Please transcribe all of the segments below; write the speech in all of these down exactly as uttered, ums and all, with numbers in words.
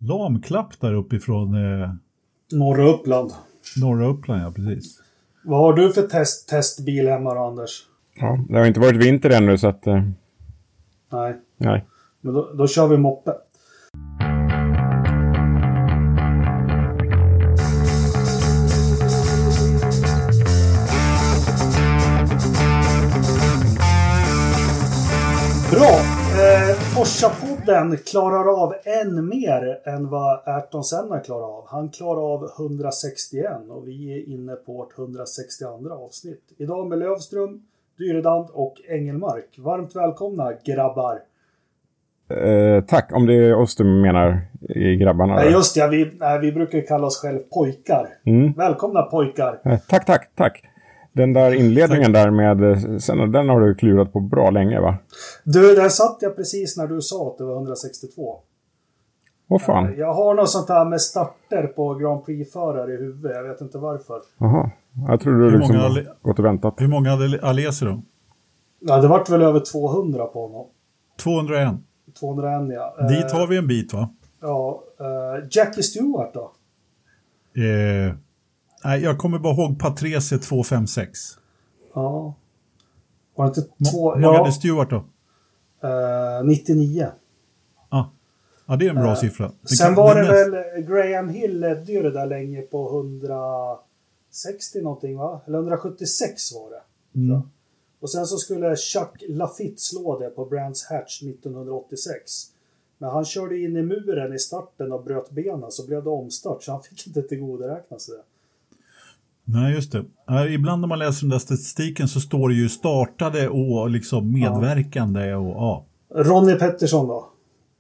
Lamklapp där uppifrån eh... norra Uppland. Norra Uppland, ja, precis. Vad har du för test, testbil hemma då, Anders? Ja, det har inte varit vinter ännu så att... Eh... Nej. Nej. Men då, då kör vi moppe. Bra! Eh, Forsa-podden klarar av än mer än vad Ayrton Senna klarar av. Han klarar av hundrasextioett och vi är inne på vårt hundrasextioandra avsnitt. Idag med Lövström, Dyredand och Engelmark. Varmt välkomna, grabbar! Eh, tack, om det är oss du menar i grabbarna. Nej, just det, vi, nej, vi brukar kalla oss själv pojkar. Mm. Välkomna pojkar! Eh, tack, tack, tack! Den där inledningen där med sen, den har du klurat på bra länge, va? Du, där satt jag precis när du sa att det var hundrasextiotvå. Åh fan. Jag har något sånt här med starter på Grand Prix-förare i huvudet. Jag vet inte varför. Jaha, jag tror du liksom har gått och väntat. Hur många hade Alesi då? Ja, det vart väl över tvåhundra på honom. tvåhundraett. tvåhundraett, ja. Dit har vi en bit, va? Ja. Uh, Jackie Stewart då? Eh... Nej, jag kommer bara ihåg Patrese två fem sex. Ja. Var det inte två... Hur många ja. hade Stewart då? Uh, nittionio. Ja. Ja, det är en bra uh, siffra. Det sen kan, var det näst... väl Graham Hill ledde ju det där länge på hundrasextio någonting, va? Eller hundrasjuttiosex var det. Mm. Och sen så skulle Chuck Lafitte slå det på Brands Hatch nittonhundraåttiosex. Men han körde in i muren i starten och bröt benen, så blev det omstart. Så han fick inte tillgodoräkna sig det. Nej, just det. Äh, ibland när man läser den där statistiken så står det ju startade och liksom medverkande. Ja. Och, ja. Ronnie Pettersson då?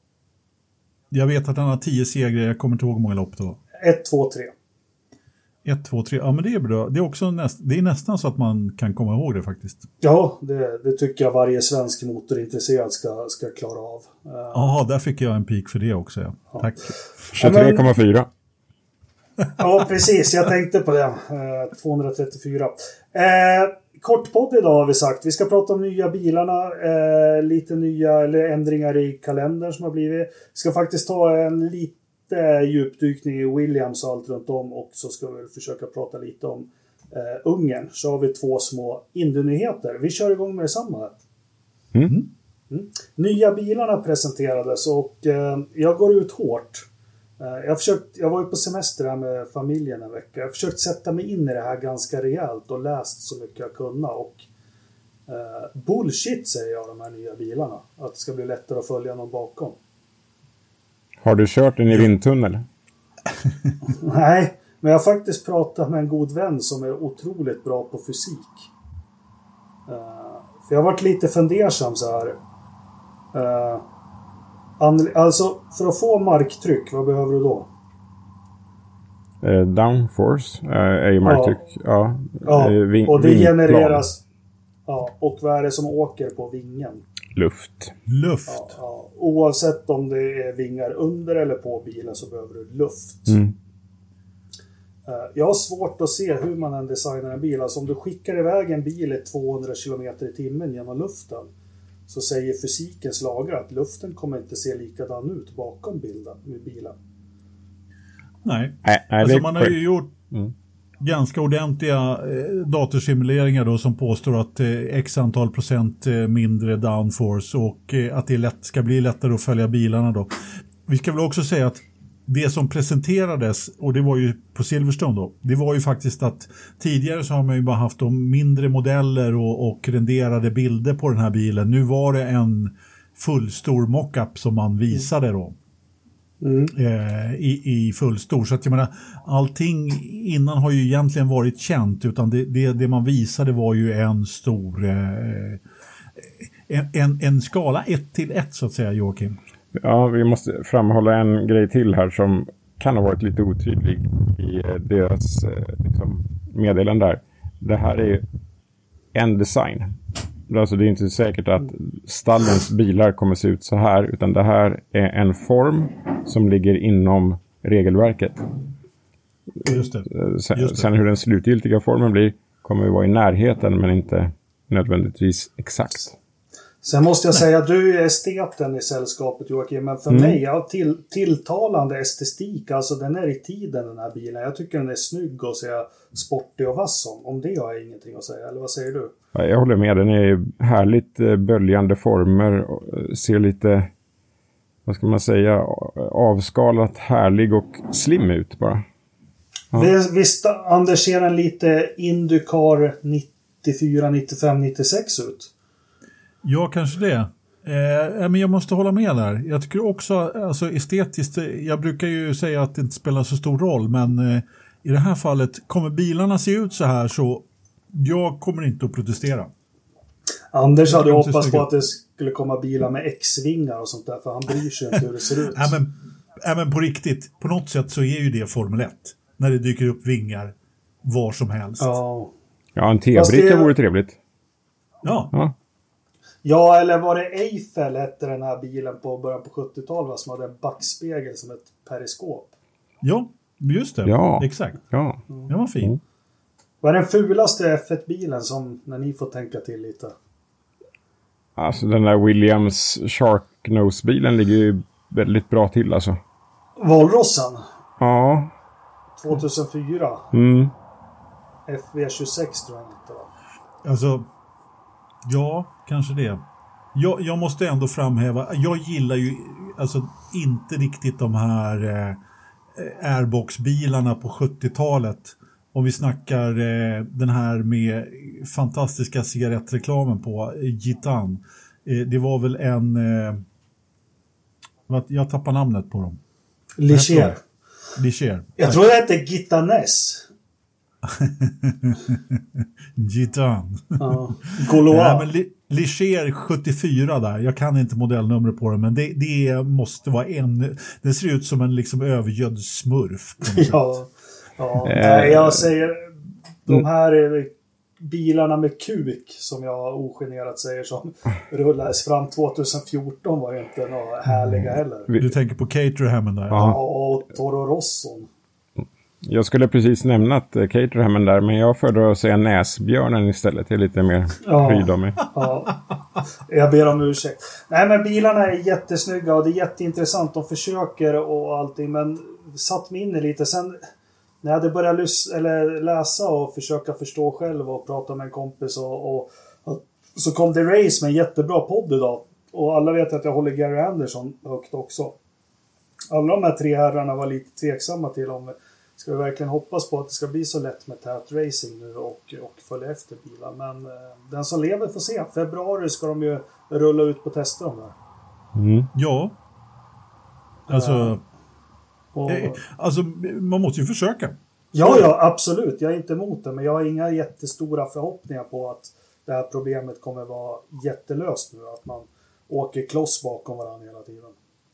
Jag vet att han har tio segrar. Jag kommer inte ihåg hur många lopp det var. ett, två, tre. ett, två, tre. Ja, men det är bra. Det är, också näst, det är nästan så att man kan komma ihåg det faktiskt. Ja, det, det tycker jag varje svensk motorintresserad ska, ska klara av. Jaha, där fick jag en pik för det också. Ja. Ja. Tack. tjugotre komma fyra. Ja, precis. Jag tänkte på det. Eh, tvåhundratrettiofyra. Eh, kortpodd idag har vi sagt. Vi ska prata om nya bilarna. Eh, lite nya eller ändringar i kalendern som har blivit. Vi ska faktiskt ta en lite djupdykning i Williams och allt runt om. Och så ska vi försöka prata lite om eh, Ungern. Så har vi två små Indy-nyheter. Vi kör igång med detsamma. Mm. Mm. Nya bilarna presenterades och eh, jag går ut hårt. Jag, försökt, jag var ju på semester här med familjen en vecka. Jag har försökt sätta mig in i det här ganska rejält och läst så mycket jag kunde. Och eh, bullshit säger jag de här nya bilarna. Att det ska bli lättare att följa någon bakom. Har du kört den i vindtunnel? Nej, men jag har faktiskt pratat med en god vän som är otroligt bra på fysik. Uh, för jag har varit lite fundersam så här. Uh, Alltså, för att få marktryck, vad behöver du då? Eh, downforce eh, är ju marktryck. Ja, ja. Eh, ving- och det vingplan. genereras... Ja, och vad är det som åker på vingen? Luft. Luft. Ja, ja. Oavsett om det är vingar under eller på bilen så behöver du luft. Mm. Jag har svårt att se hur man än designar en bil. Alltså om du skickar iväg en bil i tvåhundra kilometer i timmen genom luften, så säger fysikens lagar att luften kommer inte se likadan ut bakom bilden med bilen. Nej, nej, nej alltså det man har ju gjort mm. ganska ordentliga eh, datorsimuleringar då som påstår att eh, x antal procent eh, mindre downforce och eh, att det är lätt, ska bli lättare att följa bilarna då. Vi ska väl också säga att det som presenterades, och det var ju på Silverstone då, det var ju faktiskt att tidigare så har man ju bara haft de mindre modeller och, och renderade bilder på den här bilen. Nu var det en fullstor mockup som man visade då. Mm. Eh, i, i fullstor. Så att jag menar, allting innan har ju egentligen varit känt, utan det, det, det man visade var ju en stor eh, en, en, en skala ett till ett så att säga, Joakim. Ja, vi måste framhålla en grej till här som kan ha varit lite otydlig i deras liksom, meddelande där. Det här är en design. Alltså det är inte säkert att stallens bilar kommer se ut så här, utan det här är en form som ligger inom regelverket. Just det. Sen, Just det. sen hur den slutgiltiga formen blir kommer ju vara i närheten, men inte nödvändigtvis exakt. Sen måste jag säga att du är esteten i sällskapet, Joakim, men för mm. mig, ja, till, tilltalande estetik, alltså den är i tiden den här bilen. Jag tycker den är snygg och ser sportig och vass om. Om det har jag ingenting att säga, eller vad säger du? Ja, jag håller med, den är härligt böljande former, ser lite, vad ska man säga, avskalat, härlig och slim ut bara. Ja. Visst, Anders, ser den lite Indycar nittiofyra, nittiofem, nittiosex ut? Ja, kanske det. Eh, men jag måste hålla med där. Jag tycker också, alltså estetiskt, jag brukar ju säga att det inte spelar så stor roll, men eh, i det här fallet, kommer bilarna se ut så här så jag kommer inte att protestera. Anders hade hoppats på att det skulle komma bilar med X-vingar och sånt där, för han bryr sig inte hur det ser ut. Ja, men, ja, men på riktigt, på något sätt så är ju det Formel ett. När det dyker upp vingar var som helst. Ja, ja en T-bricka det... vore trevligt. Ja. ja. Ja, eller var det Eiffel hette den här bilen på början på sjuttiotalet som hade en backspegel som ett periskop? Ja, just det. Ja. Exakt. Ja. Mm. Det var fin. Mm. Vad är den fulaste F ett-bilen som, när ni får tänka till lite? Alltså den där Williams Sharknose-bilen ligger ju väldigt bra till alltså. Valrossen? Ja. tjugohundrafyra? Mm. F V tjugosex tror jag inte va? Alltså, ja, kanske det. Jag, jag måste ändå framhäva, jag gillar ju alltså inte riktigt de här eh, Airbox-bilarna på sjuttiotalet. Om vi snackar eh, den här med fantastiska cigarettreklamen på eh, Gitan. Eh, det var väl en... Eh, jag tappar namnet på dem. Ligier. Ligier. Jag tror det hette Gitanes. Gitan. Ja. Goloa. Nej, men Li- Ligier sjuttiofyra där. Jag kan inte modellnumret på den, men det, det måste vara en... Det ser ut som en liksom övergödd smurf. Ja. Ja, nej, jag säger de här bilarna med kuk som jag ogenerat säger som rullades fram tjugohundrafjorton var ju inte några härliga heller. Du tänker på Caterhammen där? Ja, och Toro Rosso. Jag skulle precis nämnat Caterhammen där, men jag föredrar att säga näsbjörnen istället. Jag är lite mer pryd av mig. Ja, jag ber om ursäkt. Nej, men bilarna är jättesnygga och det är jätteintressant. De försöker och allting, men satt mig in i lite. Sen när jag hade börjat lys- eller läsa och försöka förstå själv och prata med en kompis och, och, och så kom det Race med en jättebra podd idag. Och alla vet att jag håller Gary Anderson högt också. Alla de här tre herrarna var lite tveksamma till om ska vi verkligen hoppas på att det ska bli så lätt med tät racing nu och, och följa efter bilar. Men eh, den som lever får se. Februari ska de ju rulla ut på tester om det. Mm. Ja. Alltså... Uh, och, eh, alltså, man måste ju försöka. Ja, ja, absolut. Jag är inte emot det. Men jag har inga jättestora förhoppningar på att det här problemet kommer vara jättelöst nu. Att man åker kloss bakom varandra hela tiden.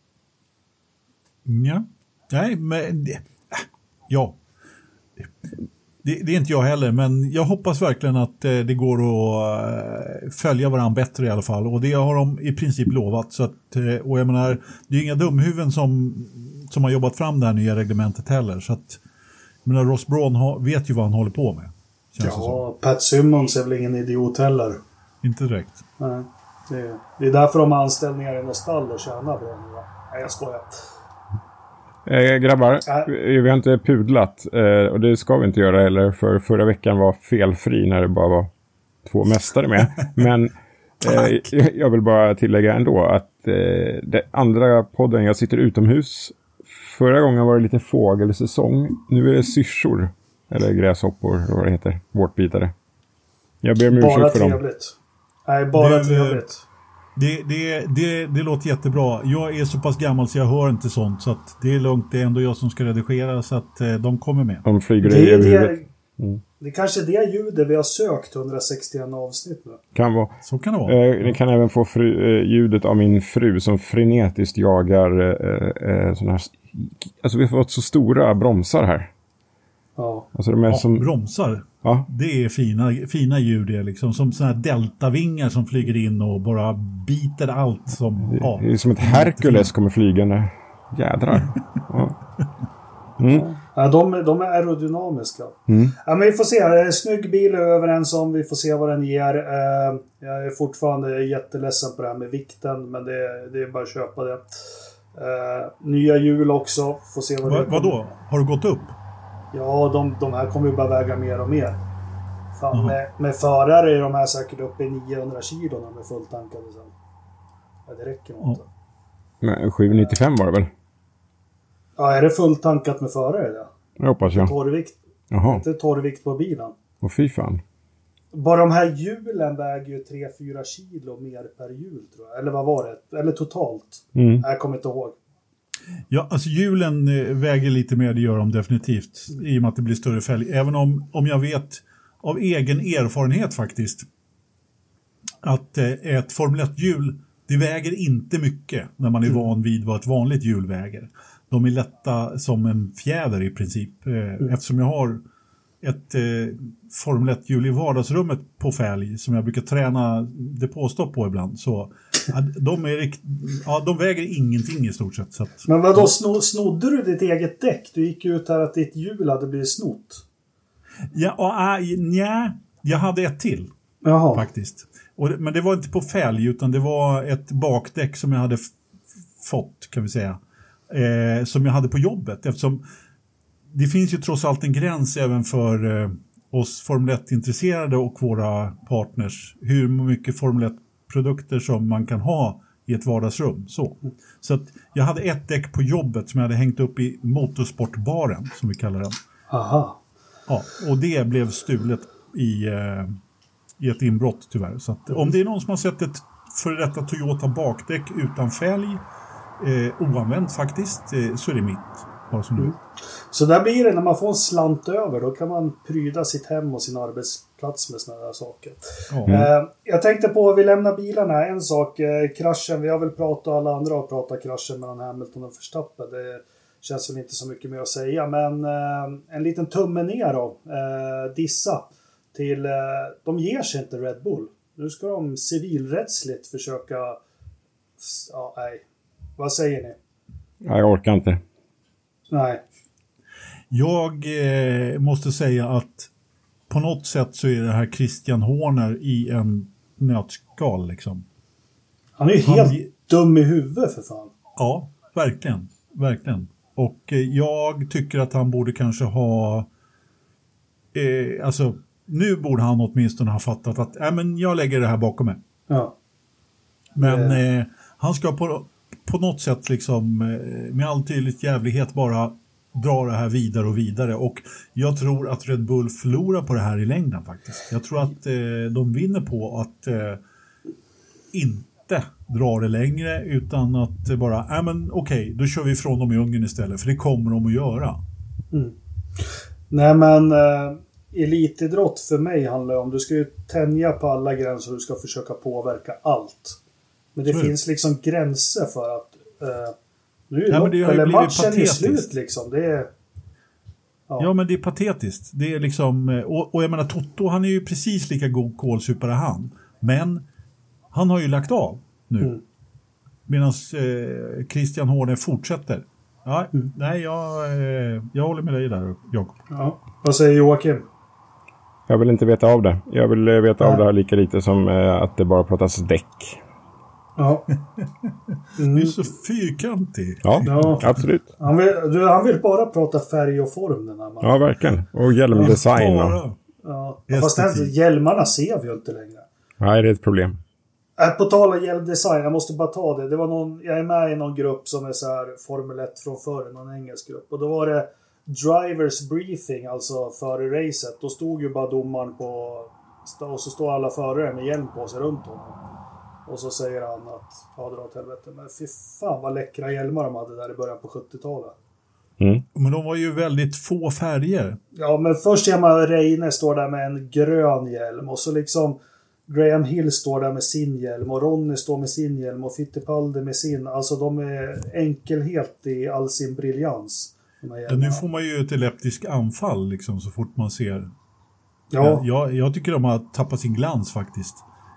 Ja. Nej, men... Ja, det, det är inte jag heller, men jag hoppas verkligen att eh, det går att eh, följa varandra bättre i alla fall, och det har de i princip lovat. Så att, eh, och jag menar, det är inga dumhuvuden som, som har jobbat fram det här nya reglementet heller, så att jag menar, Ross Brawn ha, vet ju vad han håller på med. Ja, Pat Simmons är väl ingen idiot heller. Inte direkt. Nej, det, det är därför de har anställningar i något stall och tjänar bra nu. Nej, jag skojar. Eh, grabbar, äh. vi har inte pudlat eh, och det ska vi inte göra heller, för förra veckan var felfri när det bara var två mästare med. Men eh, jag vill bara tillägga ändå att eh, det andra podden, jag sitter utomhus. Förra gången var det lite fågelsäsong. Nu är det syrsor, eller gräshoppor, eller vad det heter, vårtbitare. Jag ber om ursäkt för dem. Bara trevligt. Nej, bara det, trevligt. Det, det, det, det låter jättebra. Jag är så pass gammal så jag hör inte sånt, så att det är lugnt. Det är ändå jag som ska redigera, så att eh, de kommer med. De flyger det, över huvudet. Mm. Det är kanske det ljudet vi har sökt hundrasextioen avsnitt nu. Kan vara. Så kan det vara. Eh, ni kan även få fru, eh, ljudet av min fru som frenetiskt jagar eh, eh, såna här... Alltså vi har fått så stora bromsar här. Ja. Alltså de är ja, som... bromsar. Ja. Det är fina, fina ljud det, liksom. Som såna här deltavingar som flyger in och bara biter allt som... Det, ja, det är som ett Hercules kommer flygande. Jädrar. Ja. Mm. Ja, de, de är aerodynamiska. Mm. Ja, men vi får se. Snygg bil är överens om. Vi får se vad den ger. Uh, jag är fortfarande jätteledsen på det här med vikten. Men det, det är bara att köpa det. Uh, nya hjul också. Får se vad Va, det vadå? Har du gått upp? Ja, de, de här kommer ju bara väga mer och mer. Fan, med, med förare är de här säkert uppe i niohundra kilo när de är fulltankade sen. Ja, det räcker nog inte. Men sjuhundranittiofem var det väl? Ja, är det fulltankat med förare det? Jag hoppas jag. Torrvikt. Jaha. Inte torrvikt på bilen. Åh fy fan. Bara de här hjulen väger ju tre till fyra kilo mer per hjul tror jag. Eller vad var det? Eller totalt. Mm. Jag kommer inte ihåg. Ja, alltså hjulen eh, väger lite mer, det gör de definitivt. I och med att det blir större fälg. Även om, om jag vet av egen erfarenhet faktiskt. Att eh, ett Formel ett-hjul, det väger inte mycket när man är Mm. van vid vad ett vanligt hjul väger. De är lätta som en fjäder i princip. Eh, Mm. Eftersom jag har ett eh, Formel ett-hjul i vardagsrummet på fälg som jag brukar träna depåstopp på ibland. Så ja, de, är rikt- ja, de väger ingenting i stort sett. Så att, Men vadå, sno, snodde du ditt eget däck? Du gick ut här att ditt hjul hade blivit snott. ja, och, äh, nja, jag hade ett till Jaha. faktiskt. Och, det- men det var inte på fälg utan det var ett bakdäck som jag hade f- fått kan vi säga. Eh, som jag hade på jobbet eftersom det finns ju trots allt en gräns även för eh, oss Formel ett-intresserade och våra partners. Hur mycket Formel ett-produkter som man kan ha i ett vardagsrum. Så, så att jag hade ett däck på jobbet som jag hade hängt upp i motorsportbaren som vi kallar den. Aha. Ja, och det blev stulet i, eh, i ett inbrott tyvärr. Så att, om det är någon som har sett ett före detta Toyota bakdäck utan fälg, eh, oanvänt faktiskt, eh, så är det mitt. Bara som nu. Så där blir det när man får en slant över. Då kan man pryda sitt hem och sin arbetsplats med såna här saker. Ja. Eh, jag tänkte på, vi lämnar bilarna. En sak, eh, kraschen. Vi har väl pratat, alla andra har pratat kraschen mellan Hamilton och Verstappen. Det känns väl inte så mycket mer att säga. Men eh, en liten tumme ner då. Eh, dissa till, eh, de ger sig inte Red Bull. Nu ska de civilrättsligt försöka, ja nej. Vad säger ni? Ja, jag orkar inte. Nej. Jag eh, måste säga att på något sätt så är det här Christian Horner i en nötskal liksom. Han är ju Han helt ge- dum i huvudet för fan. Ja, verkligen. Verkligen. Och eh, jag tycker att han borde kanske ha eh, alltså nu borde han åtminstone ha fattat att äh, men jag lägger det här bakom mig. Ja. Men Eh. eh, han ska på, på något sätt liksom eh, med all tydligt jävlighet bara dra det här vidare och vidare. Och jag tror att Red Bull förlorar på det här i längden faktiskt. Jag tror att eh, de vinner på att eh, inte dra det längre utan att eh, bara, nej äh, men okej, okay, då kör vi ifrån dem i Ungern istället. För det kommer de att göra. Mm. Nej men eh, elitidrott för mig handlar om, du ska ju tänja på alla gränser och du ska försöka påverka allt. Men det Så. finns liksom gränser för att eh, nu är Ja, men lopp, det har ju eller blivit matchen är patetiskt. slut liksom. Det är, ja. Ja, men det är patetiskt. Det är liksom, och, och jag menar Toto, han är ju precis lika god kålsupare han. Men han har ju lagt av nu. Mm. Medan eh, Christian Horner fortsätter. Ja, Mm. Nej, jag, eh, jag håller med dig där, Jakob. Ja. Vad säger Joakim? Jag vill inte veta av det. Jag vill eh, veta Nej. av det här lika lite som eh, att det bara pratas däck. Ja. Du Mm. är så fyrkantig. Ja, Ja. absolut. Han, vill, du, han vill bara prata färg och form den här mannen. Ja, verkligen. Och hjälmdesign. Och... Bara. Ja. Fast den, Estetik. hjälmarna ser vi ju inte längre. Nej, det är ett problem. Äh, på tal om hjälmdesign, jag måste bara ta det. Det var någon, jag är med i någon grupp som är så här Formel ett från förr, någon engelsk grupp. Och då var det drivers briefing, alltså före racet. Då stod ju bara domaren på, och så står alla förare med hjälm på sig runt honom. Och så säger han att, ja dra åt helvete, men fy fan vad läckra hjälmar de hade där i början på sjuttiotalet. Mm. Men de var ju väldigt få färger. Ja, men först ser man Reine står där med en grön hjälm och så liksom Graham Hill står där med sin hjälm och Ronny står med sin hjälm och Fittipaldi med sin. Alltså de är enkelhet i all sin briljans. Ja, nu får man ju ett epileptiskt anfall liksom, så fort man ser. Ja. Jag, jag tycker de har tappat sin glans faktiskt.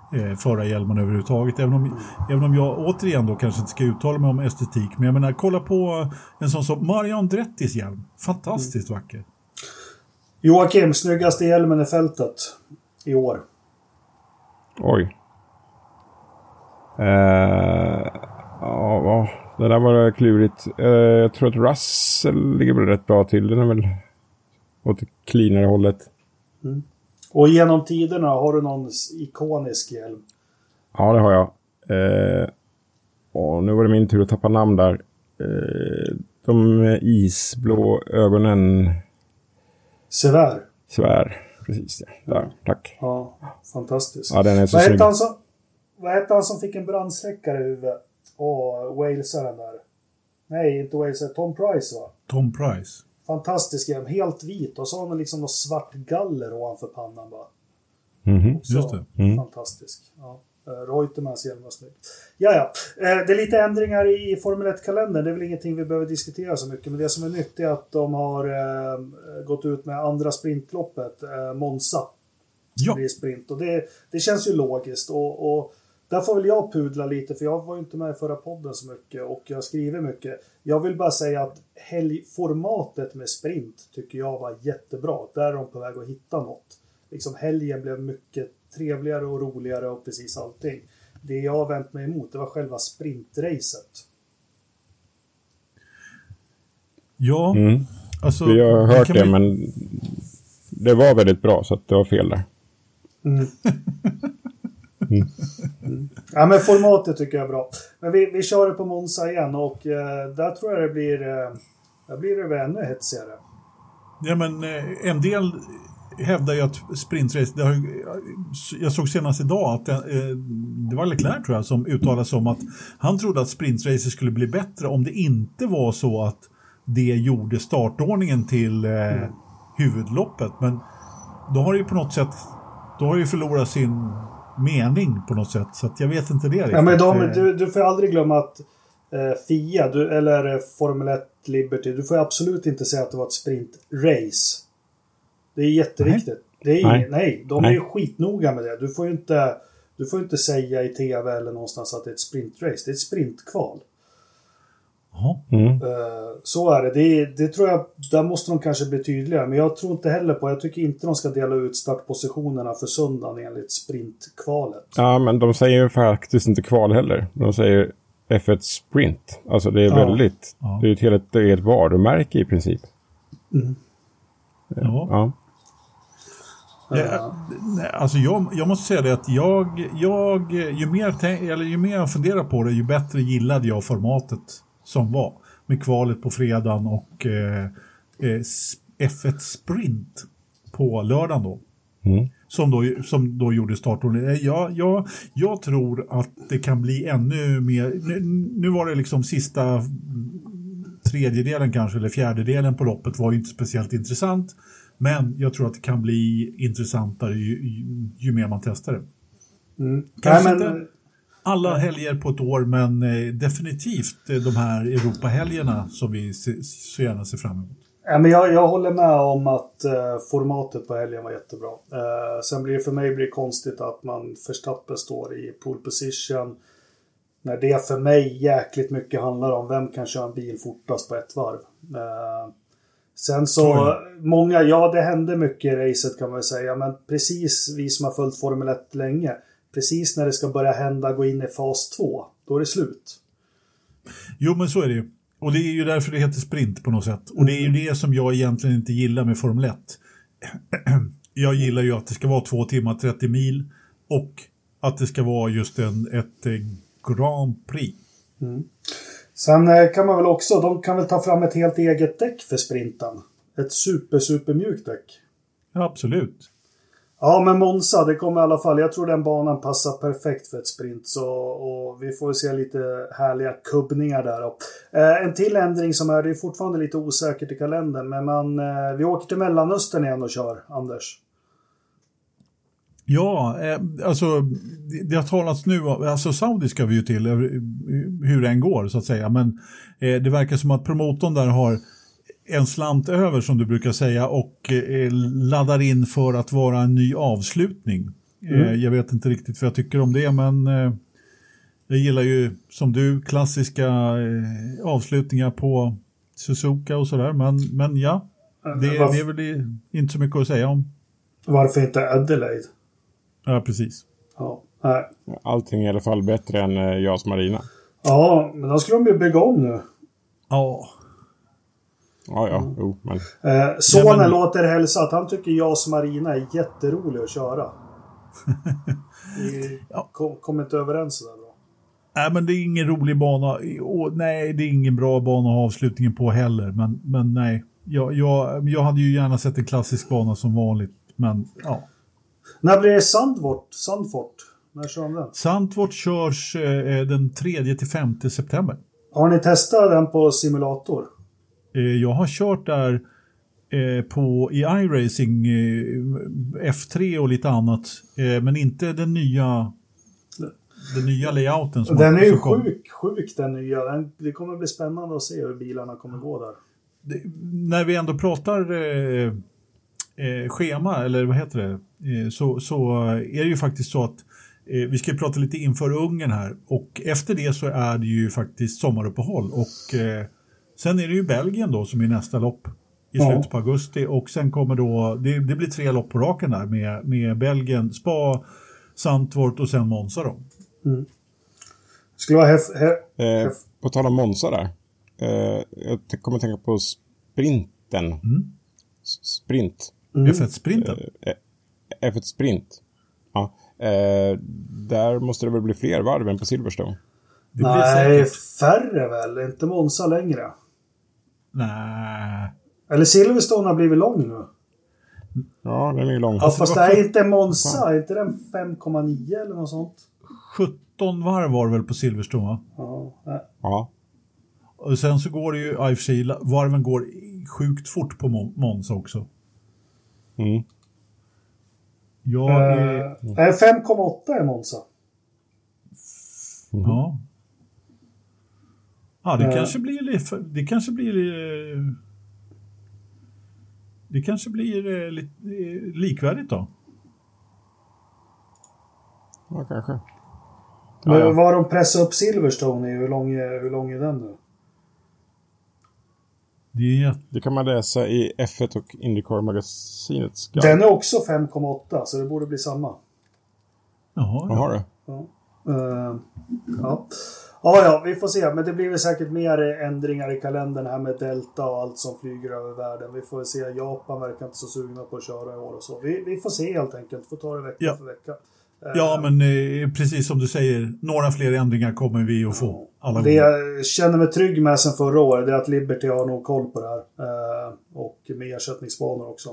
eh, föra hjälmen överhuvudtaget. Även om, även om jag återigen då kanske inte ska uttala mig om estetik. Men jag menar, kolla på en sån som Mario Andrettis hjälm. Fantastiskt mm. vacker. Joakim, snyggaste hjälmen i fältet i år. Oj. Uh, ja, det där var klurigt. Uh, jag tror att Russell ligger väl rätt bra till. Den är väl åt det cleanare hållet. Mm. Och genom tiderna, har du någon ikonisk hjälm? Ja, det har jag. Uh, och nu var det min tur att tappa namn där. Uh, de isblå ögonen. Svär. Svär, precis. Ja. Där, tack. Ja, fantastiskt. Ja, den är så vad, snygg. hette han som, vad hette han som fick en brandsläckare i huvudet? Åh, Walesaren där. Nej, inte Walesaren. Tom Price, va? Tom Price. Fantastisk hjälm. Helt vit. Och så har han liksom något svart galler ovanför pannan, bara. Mm-hmm. Så, just det. Mm. Fantastisk. Ja. Reutemans hjälm var snygg. Ja, ja. Det är lite ändringar i Formel ett-kalendern. Det är väl ingenting vi behöver diskutera så mycket. Men det som är nytt är att de har eh, gått ut med andra sprintloppet. Eh, Monza. Ja. Det är sprint. Och det, det känns ju logiskt. Och, och där får väl jag pudla lite. För jag var ju inte med i förra podden så mycket. Och jag skriver mycket. Jag vill bara säga att helgformatet med sprint tycker jag var jättebra. Där är de på väg att hitta något. Liksom helgen blev mycket trevligare och roligare och precis allting. Det jag har vänt mig emot, det var själva sprintracet. Ja, mm. alltså... Vi har hört det, vi... men det var väldigt bra, så att det var fel där. Mm. mm. Mm. Ja, men formatet tycker jag är bra. Men vi, vi kör det på Monza igen och eh, där tror jag det blir eh, där blir det väl ännu hetsigare. Ja, men eh, en del hävdar ju att sprintrace, det har, jag såg senast idag att det, det var Leclerc tror jag som uttalade sig om att han trodde att sprintrace skulle bli bättre om det inte var så att det gjorde startordningen till eh, mm. huvudloppet, men då har det ju på något sätt då har ju förlorat sin mening på något sätt, så att jag vet inte det riktigt. Ja, men de, du, du får aldrig glömma att eh, F I A du, eller Formel ett Liberty, du får absolut inte säga att det var ett sprintrace. Det är jätteviktigt. Det är, nej. nej, de nej. är skitnoga med det. Du får ju inte, du får inte säga i tv eller någonstans att det är ett sprintrace. Det är ett sprintkval. Mm. Så är det. det. Det tror jag, där måste de kanske bli tydligare. Men jag tror inte heller på, jag tycker inte de ska dela ut startpositionerna för söndagen enligt sprintkvalet. Ja, men de säger ju faktiskt inte kval heller. De säger F ett sprint. Alltså det är ja. väldigt, ja. det är ett helt det är ett varumärke i princip. Mm. Ja. ja. Ja, alltså jag, jag måste säga det att jag, jag ju, mer tänk, eller ju mer jag funderar på det, ju bättre gillade jag formatet som var med kvalet på fredagen och eh, F ett sprint på lördagen då. Mm. Som, då som då gjorde startordningen. Jag, jag, jag tror att det kan bli ännu mer. Nu, nu var det liksom sista tredjedelen kanske, eller fjärdedelen på loppet var ju inte speciellt intressant. Men jag tror att det kan bli intressantare ju, ju, ju mer man testar det. Mm. Kanske Nej, men... inte alla helger på ett år, men eh, definitivt de här Europahelgerna som vi se, så gärna ser fram emot. Ja, men jag, jag håller med om att eh, formatet på helgen var jättebra. Eh, sen blir det för mig blir det konstigt att man Verstappen står i pole position. När det för mig jäkligt mycket handlar om vem kan köra en bil fortast på ett varv. Eh, Sen så, många, ja det hände mycket i racet kan man säga, men precis vi som har följt Formel ett länge, precis när det ska börja hända, gå in i fas två, då är det slut. Jo, men så är det ju. Och det är ju därför det heter sprint på något sätt. Och det är ju det som jag egentligen inte gillar med Formel ett. Jag gillar ju att det ska vara två timmar trettio mil och att det ska vara just en, ett Grand Prix. Mm. Sen kan man väl också, de kan väl ta fram ett helt eget däck för sprinten. Ett super, super mjukt däck. Ja, absolut. Ja, men Monza, det kommer i alla fall. Jag tror den banan passar perfekt för ett sprint. Så, och vi får se lite härliga kubbningar där. Och, eh, en till ändring som är, det är fortfarande lite osäkert i kalendern. Men man, eh, vi åker till Mellanöstern igen och kör, Anders. Ja, eh, alltså det, det har talats nu, alltså Saudi ska vi ju till hur den går så att säga, men eh, det verkar som att promotorn där har en slant över som du brukar säga och eh, laddar in för att vara en ny avslutning Mm. Eh, jag vet inte riktigt vad jag tycker om det, men eh, jag gillar ju som du klassiska eh, avslutningar på Suzuka och sådär. Men, men ja, det, det är väl inte så mycket att säga om. Varför inte Adelaide? Ja, precis. Ja, nej. Allting är i alla fall bättre än eh, Jas Marina. Ja, men då skulle de ju bygga om nu. Ja. Ja, ja. Mm. Jo, men... Eh, sonen men... låter hälsa att han tycker Jas Marina är jätterolig att köra. Vi ja. kom, kom inte överens där bra. Nej, men det är ingen rolig bana. Och, nej, det är ingen bra bana att ha avslutningen på heller. Men, men nej, jag, jag, jag hade ju gärna sett en klassisk bana som vanligt. Men ja. När blir det Sandfort? Sandfort? När kör de den? Sandfort körs eh, den tredje till femte september. Har ni testat den på simulator? Eh, jag har kört där eh, på, i iRacing eh, F tre och lite annat. Eh, men inte den nya... Den nya layouten som den är ju sjuk, sjuk den nya. Den, det kommer bli spännande att se hur bilarna kommer gå där. Det, när vi ändå pratar eh, eh, schema, eller vad heter det, eh, så, så är det ju faktiskt så att eh, vi ska prata lite inför Ungern här. Och efter det så är det ju faktiskt sommaruppehåll. Och eh, sen är det ju Belgien då som är nästa lopp i slutet ja. på augusti. Och sen kommer då, det, det blir tre lopp på raken där med, med Belgien, Spa, Zandvoort och sen Monza då. Mm. Skulle vara hef, hef, eh, på tal om Monza där. Eh, jag kommer att tänka på sprinten. Mm. Sprint. Mm. F ett-sprinten? Eh, F ett-sprint. Ja. Eh, där måste det väl bli fler varv än på Silverstone? Det Nej, färre väl. Inte Monza längre. Nej. Eller Silverstone har blivit lång nu. Ja, den är ju lång. Ja, fast det är inte Monza. Är inte den fem komma nio eller något sånt? sjutton varv var väl på Silverstone, va? Ja. Ja. Och sen så går det ju, i och för sig, varven går sjukt fort på Monza också. Mm. Jag är... Uh, fem komma åtta är Monza. Mm. Ja. Ja, det uh. kanske blir lite... Det kanske blir... Det kanske blir lite likvärdigt då. Ja, kanske. Men ja, ja. Vad de pressar upp Silverstone i, hur lång är, hur lång är den nu? Det, det kan man läsa i F ett och IndyCar-magasinet. Den är också fem komma åtta, så det borde bli samma. Jaha, Jaha det. Ja. Uh, ja. Ja, ja, vi får se. Men det blir väl säkert mer ändringar i kalendern här med Delta och allt som flyger över världen. Vi får se. Japan verkar inte så sugna på att köra i år och så. Vi, vi får se helt enkelt. Får ta det vecka ja. för vecka. Ja, men eh, precis som du säger, några fler ändringar kommer vi att få. Alla det jag känner mig trygg med sen förra året, det är att Liberty har nog koll på det här. Eh, och med ersättningsbanor också.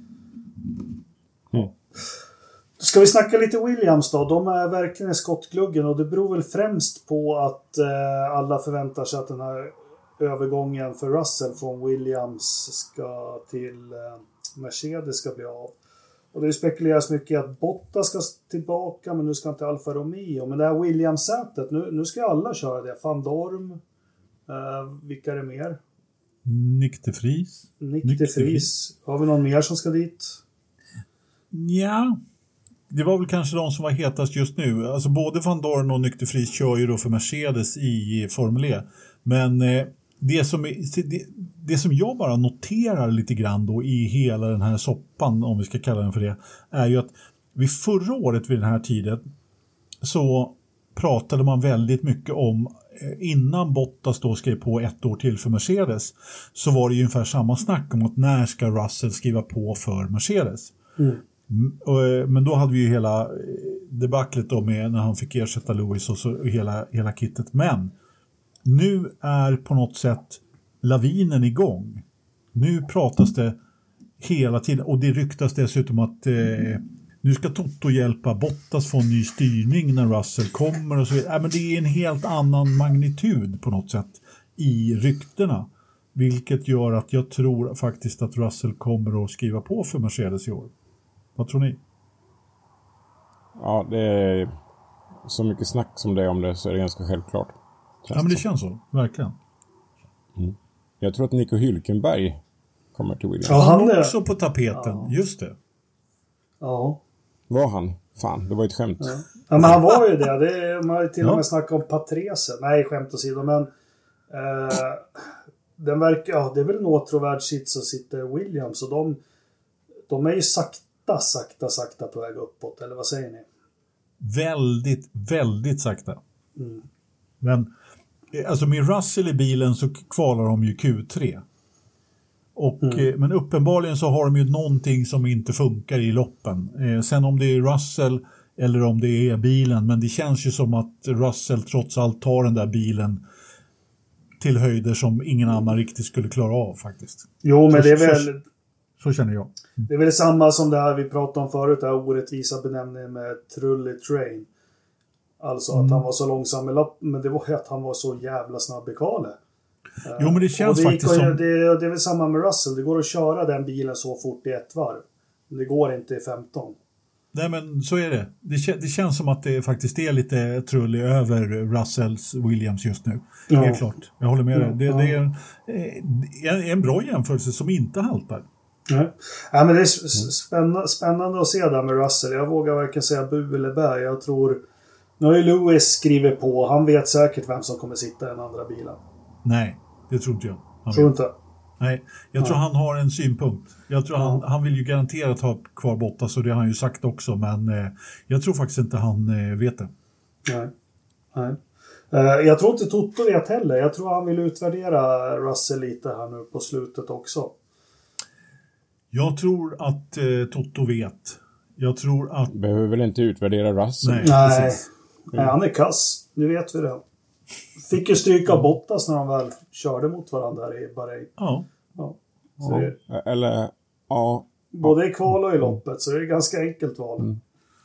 Mm. Ska vi snacka lite Williams då? De är verkligen i skottgluggen och det beror väl främst på att eh, alla förväntar sig att den här övergången för Russell från Williams ska till eh, Mercedes ska bli av. Och det spekuleras mycket i att Bottas ska tillbaka, men nu ska inte Alfa Romeo. Men det här Williams-sätet, nu, nu ska alla köra det. Van Dorm, eh, vilka är det mer? Nick de Vries. Nick de Vries. Har vi någon mer som ska dit? Ja, det var väl kanske de som var hetast just nu. Alltså både Van Dorn och Nick de Vries kör ju då för Mercedes i Formel E. Men eh, det, som, det, det som jag bara noterar lite grann då i hela den här soppan, om vi ska kalla den för det, är ju att vid förra året vid den här tiden så pratade man väldigt mycket om, innan Bottas då skrev på ett år till för Mercedes, så var det ju ungefär samma snack om att när ska Russell skriva på för Mercedes. Mm. Men då hade vi ju hela debaclet då med när han fick ersätta Lewis och så hela, hela kittet. Men nu är på något sätt lavinen igång. Nu pratas det hela tiden och det ryktas dessutom att eh, nu ska Toto hjälpa Bottas få en ny styrning när Russell kommer och så vidare. Äh, men det är en helt annan magnitud på något sätt i ryktena. Vilket gör att jag tror faktiskt att Russell kommer att skriva på för Mercedes i år. Vad tror ni? Ja, det är så mycket snack som det är om det, så är det ganska självklart. Ja, men det känns så. Verkligen. Mm. Jag tror att Nico Hülkenberg kommer till Williams. Ja, han är också på tapeten. Ja. Just det. Ja. Var han? fan, det var ett skämt. Ja, ja men han var ju det. det man har ju till och med ja. snackat om Patrese. Nej, skämt åsido, men eh, den verkar, ja, det är väl en åtråvärd sits och sitter Williams, och de, de är ju sakta, sakta, sakta på väg uppåt, eller vad säger ni? Väldigt, väldigt sakta. Mm. Men alltså med Russell i bilen så kvalar de ju Q tre. Och, mm. Men uppenbarligen så har de ju någonting som inte funkar i loppen. Eh, sen om det är Russell eller om det är bilen, men det känns ju som att Russell trots allt tar den där bilen till höjder som ingen annan riktigt skulle klara av faktiskt. Jo, men så, det är väl... Så, så känner jag. Mm. Det är väl samma som det här vi pratade om förut, det här orättvisa benämningen med Trulli Train. Alltså mm. att han var så långsam i lopp, men det var att han var så jävla snabb i kvalet. Jo, men det känns det faktiskt gick, som... Det, det är väl samma med Russell. Det går att köra den bilen så fort i ett varv. Det går inte i femton. Nej, men så är det. Det, det känns som att det faktiskt är lite trullig över Russells Williams just nu. Ja. Helt klart. Jag håller med dig. Det, ja. det är en, en bra jämförelse som inte haltar. Ja. Ja, men det är spännande, spännande att se där med Russell. Jag vågar varken säga bu eller bär. Jag tror... Nu har ju Lewis skrivit på. Han vet säkert vem som kommer sitta i den andra bilen. Nej, det tror inte jag. Han tror inte? Nej, jag tror ja. han har en synpunkt. Jag tror ja. han, han vill ju garanterat ha kvar Bottas, och det har han ju sagt också. Men eh, jag tror faktiskt inte han eh, vet det. Nej. Nej. Eh, jag tror inte Toto vet heller. Jag tror han vill utvärdera Russell lite här nu på slutet också. Jag tror att eh, Toto vet. Jag tror att... Behöver väl inte utvärdera Russell? Nej, Nej. Nej, han är kass. Nu vet vi det. Fick ju stryka mm. Bottas när de väl körde mot varandra i Bahrain. Ja. ja. Så ja. Det... Eller, ja. Både i kval och i loppet, så det är ett ganska enkelt val. Mm.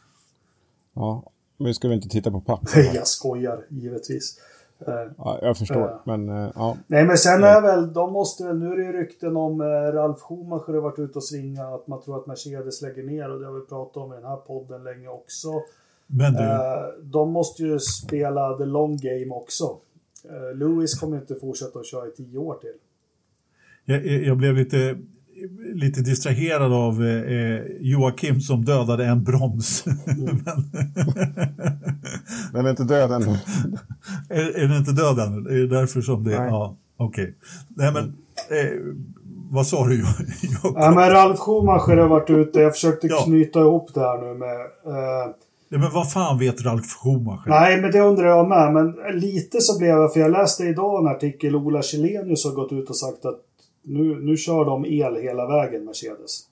Ja, men vi ska väl inte titta på papper. Jag skojar, givetvis. Ja, jag förstår, uh, men uh, ja. Nej, men sen är väl, de måste väl, nu är det ju rykten om uh, Ralf Schumacher har varit ute och svinga att man tror att Mercedes lägger ner, och det har vi pratat om i den här podden länge också. Men du... uh, de måste ju spela the long game också. Uh, Lewis kommer inte fortsätta att köra i tio år till. Jag, jag blev lite lite distraherad av eh, Joakim som dödade en broms. Mm. Den är inte död än. är, är den inte död än? Är det därför som det... Nej. Ja, okej. Okay. Nej, men... Eh, vad sa du, Jakob? Ja, men Ralf Schumacher har varit ute. Jag försökte ja. knyta ihop det här nu med... Eh... Ja, men vad fan vet Ralf Schumacher? Nej, men det undrar jag med. Men lite så blev jag... För jag läste idag en artikel. Ola Källenius har gått ut och sagt att Nu, nu kör de el hela vägen, Mercedes.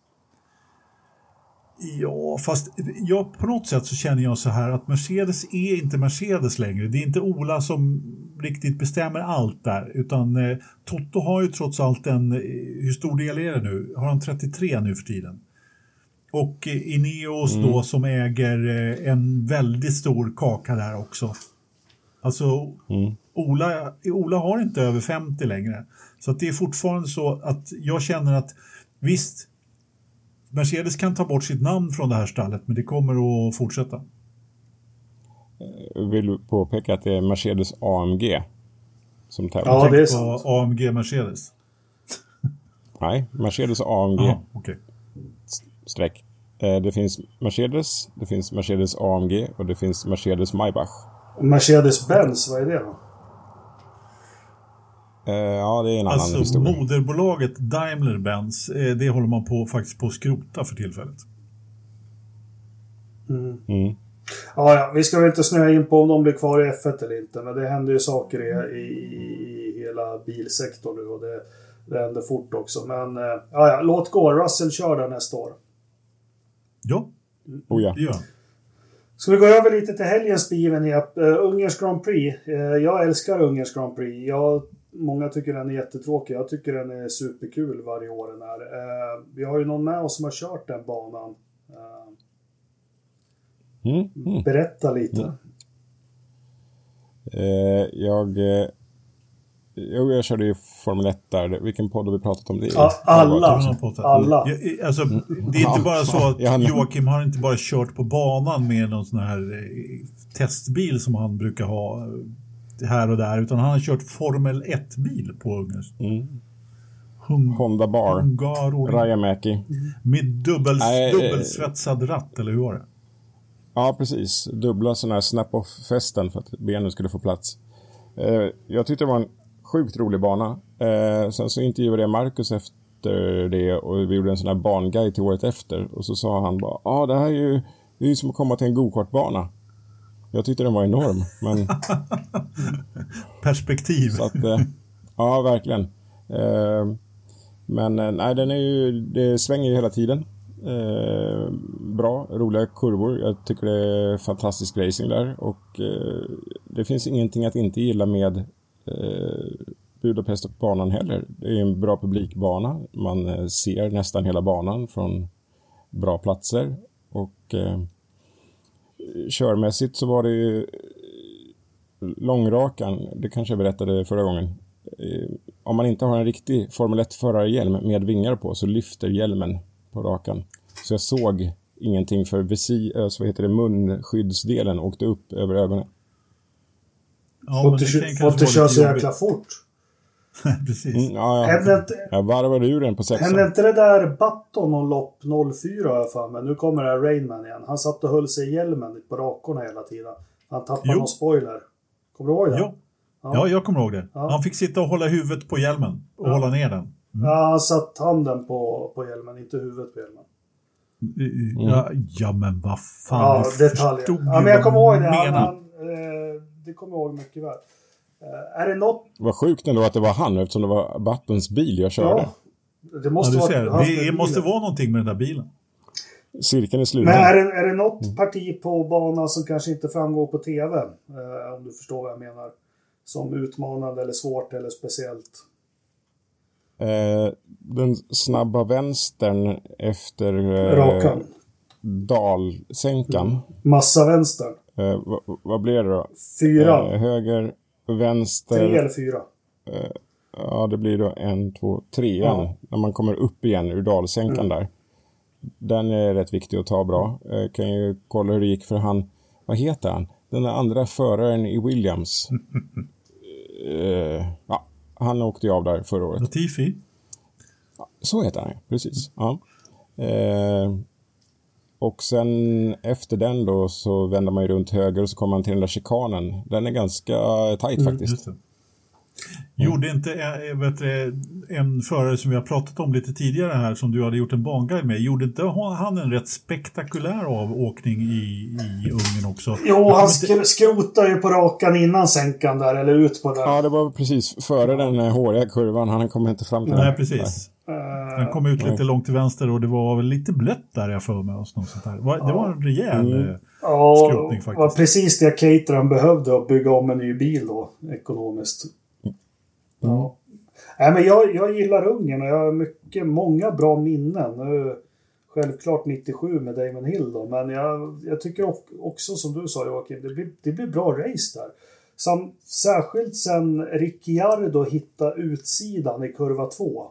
Ja, fast jag, på något sätt så känner jag så här att Mercedes är inte Mercedes längre. Det är inte Ola som riktigt bestämmer allt där. Utan eh, Toto har ju trots allt en... Hur stor del är det nu? Har han trettiotre nu för tiden? Och eh, Ineos mm. då som äger eh, en väldigt stor kaka där också. Alltså... Mm. Ola, Ola har inte över femtio längre. Så att det är fortfarande så att jag känner att visst, Mercedes kan ta bort sitt namn från det här stallet, men det kommer att fortsätta. Jag vill påpeka att det är Mercedes A M G som tävlar. Ja, det är sant. A M G Mercedes. Nej, Mercedes A M G. Aha, okay. Streck. Det finns Mercedes, det finns Mercedes A M G och det finns Mercedes Maybach. Mercedes-Benz, vad är det då? Uh, ja, det är en annan alltså, historia. Alltså moderbolaget Daimler-Benz, eh, det håller man på faktiskt på att skrota för tillfället. Mm. Mm. Ja, ja, vi ska väl inte snöa in på om de blir kvar i F ett eller inte, men det händer ju saker i, i, i hela bilsektorn nu, och det, det händer fort också. Men eh, ja, ja, låt gå. Russell kör där nästa år. Ja, oh, ja. det gör. Ska vi gå över lite till helgens begivenhet? Uh, Ungerns Grand Prix. Uh, jag älskar Ungerns Grand Prix. Jag, många tycker den är jättetråkig. Jag tycker den är superkul varje år den här. Uh, vi har ju någon med oss som har kört den banan. Uh, mm, mm. Berätta lite. Mm. Uh, jag... Uh... Jo, jag körde ju Formel ett där. Vilken podd har vi pratat om det? Ja, alla. alla. Ja, alltså, det är inte bara så att Joakim har inte bara kört på banan med någon sån här testbil som han brukar ha här och där, utan han har kört Formel ett-bil på Ungers. Mm. Hung- Honda Bar. Rajamäki. Med dubbels, dubbelsvetsad ratt, eller hur var det? Ja, precis. Dubbla sådana här snap-off-fästen för att benen skulle få plats. Eh, jag tyckte det var en sjukt rolig bana. Eh, sen så intervjuade jag Marcus efter det och vi gjorde en sån här banguide till året efter. Och så sa han bara, ja ah, det här är ju, det är ju som att komma till en go-kartbana. Jag tyckte den var enorm. Men... Perspektiv. Så att, eh, ja, verkligen. Eh, men eh, nej, den är ju, det svänger ju hela tiden. Eh, bra, roliga kurvor. Jag tycker det är fantastisk racing där. Och eh, det finns ingenting att inte gilla med eh, Budapest-banan heller. Det är en bra publikbana. Man eh, ser nästan hela banan från bra platser. Och eh, körmässigt så var det ju långrakan, det kanske jag berättade förra gången. Eh, om man inte har en riktig Formel ett-förarhjälm med vingar på så lyfter hjälmen på rakan. Så jag såg ingenting för visi, äh, så vad heter det, munskyddsdelen åkte upp över ögonen. Ja, Fått du, fått du köra så jäkla fort. Precis. Mm, ja, ja. Hände inte, jag varvade ur den på sexan. Hände inte det där Button och lopp noll fyra har jag för mig. Nu kommer det här Rainman igen. Han satt och höll sig i hjälmen på rakorna hela tiden. Han tappade någon spoiler. Kommer du ihåg det? Jo. Ja. ja, jag kommer ihåg det. Ja. Han fick sitta och hålla huvudet på hjälmen och ja. hålla ner den. Mm. Ja, han satt handen på, på hjälmen, inte huvudet på hjälmen. Mm. Ja, ja, men vad fan. Ja, detaljer. Ja, men jag kommer ihåg det. Han, han, eh, det kommer jag ihåg mycket väl. Eh, är det något... Vad sjukt ändå att det var han, eftersom det var Buttons bil jag körde. Ja, det måste, ja, vara, det, det måste vara någonting med den där bilen. Cirkeln är sluten. Men är det, är det något parti på banan som kanske inte framgår på tv? Eh, om du förstår vad jag menar. Som utmanande eller svårt eller speciellt. Eh, den snabba vänstern efter eh, Rakan. dalsänkan. Mm. Massa vänster. Eh, vad, vad blir det då? Fyra. Eh, höger, vänster. Tre eller fyra. Eh, ja, det blir då en, två, trean. Ja. När man kommer upp igen ur dalsänkan mm. där. Den är rätt viktig att ta bra. Eh, kan ju kolla hur det gick för han. Vad heter han? Den andra föraren i Williams. eh, ja. Han åkte ju av där förra året. Latifi. Så heter han, precis. Ja. Eh, och sen efter den då så vänder man ju runt höger och så kommer man till den där chikanen. Den är ganska tajt mm, faktiskt. Mm. Gjorde inte vet du, en förare som vi har pratat om lite tidigare här som du hade gjort en banguide med, gjorde inte han en rätt spektakulär avåkning i, i Ungern också? Jo, han inte... skrotade ju på rakan innan sänkan där, eller ut på den. Ja, det var precis före den håriga kurvan. Han kom inte fram till Nej, den. precis. Han kom ut lite Nej. långt till vänster och det var väl lite blött där jag för mig. Och sånt där. Det var en rejäl mm. ja, skrotning faktiskt. Ja, precis det Caterham behövde att bygga om en ny bil då, ekonomiskt. Mm. Ja. Nej, men jag, jag gillar Ungern och jag har mycket, många bra minnen. Självklart nittiosju med Damon Hill då, men jag, jag tycker också som du sa Joakim, det blir, det blir bra race där. Sam, särskilt sen Ricciardo hittade utsidan i kurva två.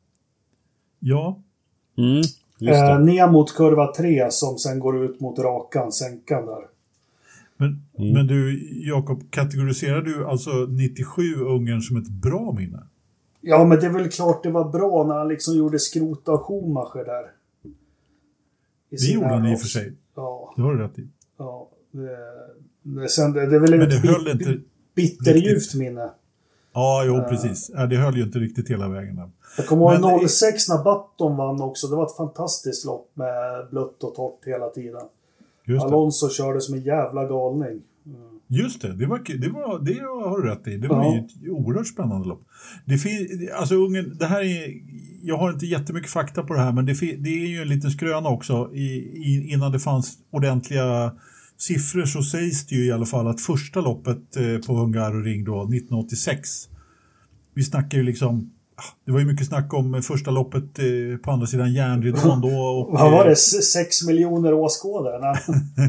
Ja. Mm, just det. Eh, ner mot kurva tre som sen går ut mot rakan, sänkan där. Men, mm. men du, Jakob, kategoriserar du alltså nittiosju Ungern som ett bra minne? Ja, men det är väl klart det var bra när han liksom gjorde skrota och Schumacher där. Det gjorde han i och för sig. Ja. Det var det rätt i. Ja, det, det, sen, det, det är väl men ett det höll bit, inte bitterljuvt minne. Ja, jo, uh, precis. Ja, det höll ju inte riktigt hela vägen där. Jag kommer ihåg noll sex när Button vann också. Det var ett fantastiskt lopp med blött och torrt hela tiden. Alonso körde som en jävla galning. Mm. Just det, det var det var det har du rätt i. Det var ja. ju ett oerhört spännande lopp. Det fin, alltså Ungern, det här är, jag har inte jättemycket fakta på det här, men det, det är ju en liten skröna också i, i, innan det fanns ordentliga siffror så sägs det ju i alla fall att första loppet eh, på Hungaroring då nittonhundraåttiosex. Vi snackar ju liksom det var ju mycket snack om första loppet eh, på andra sidan järnridån då. Och, vad var det? sex miljoner åskådare?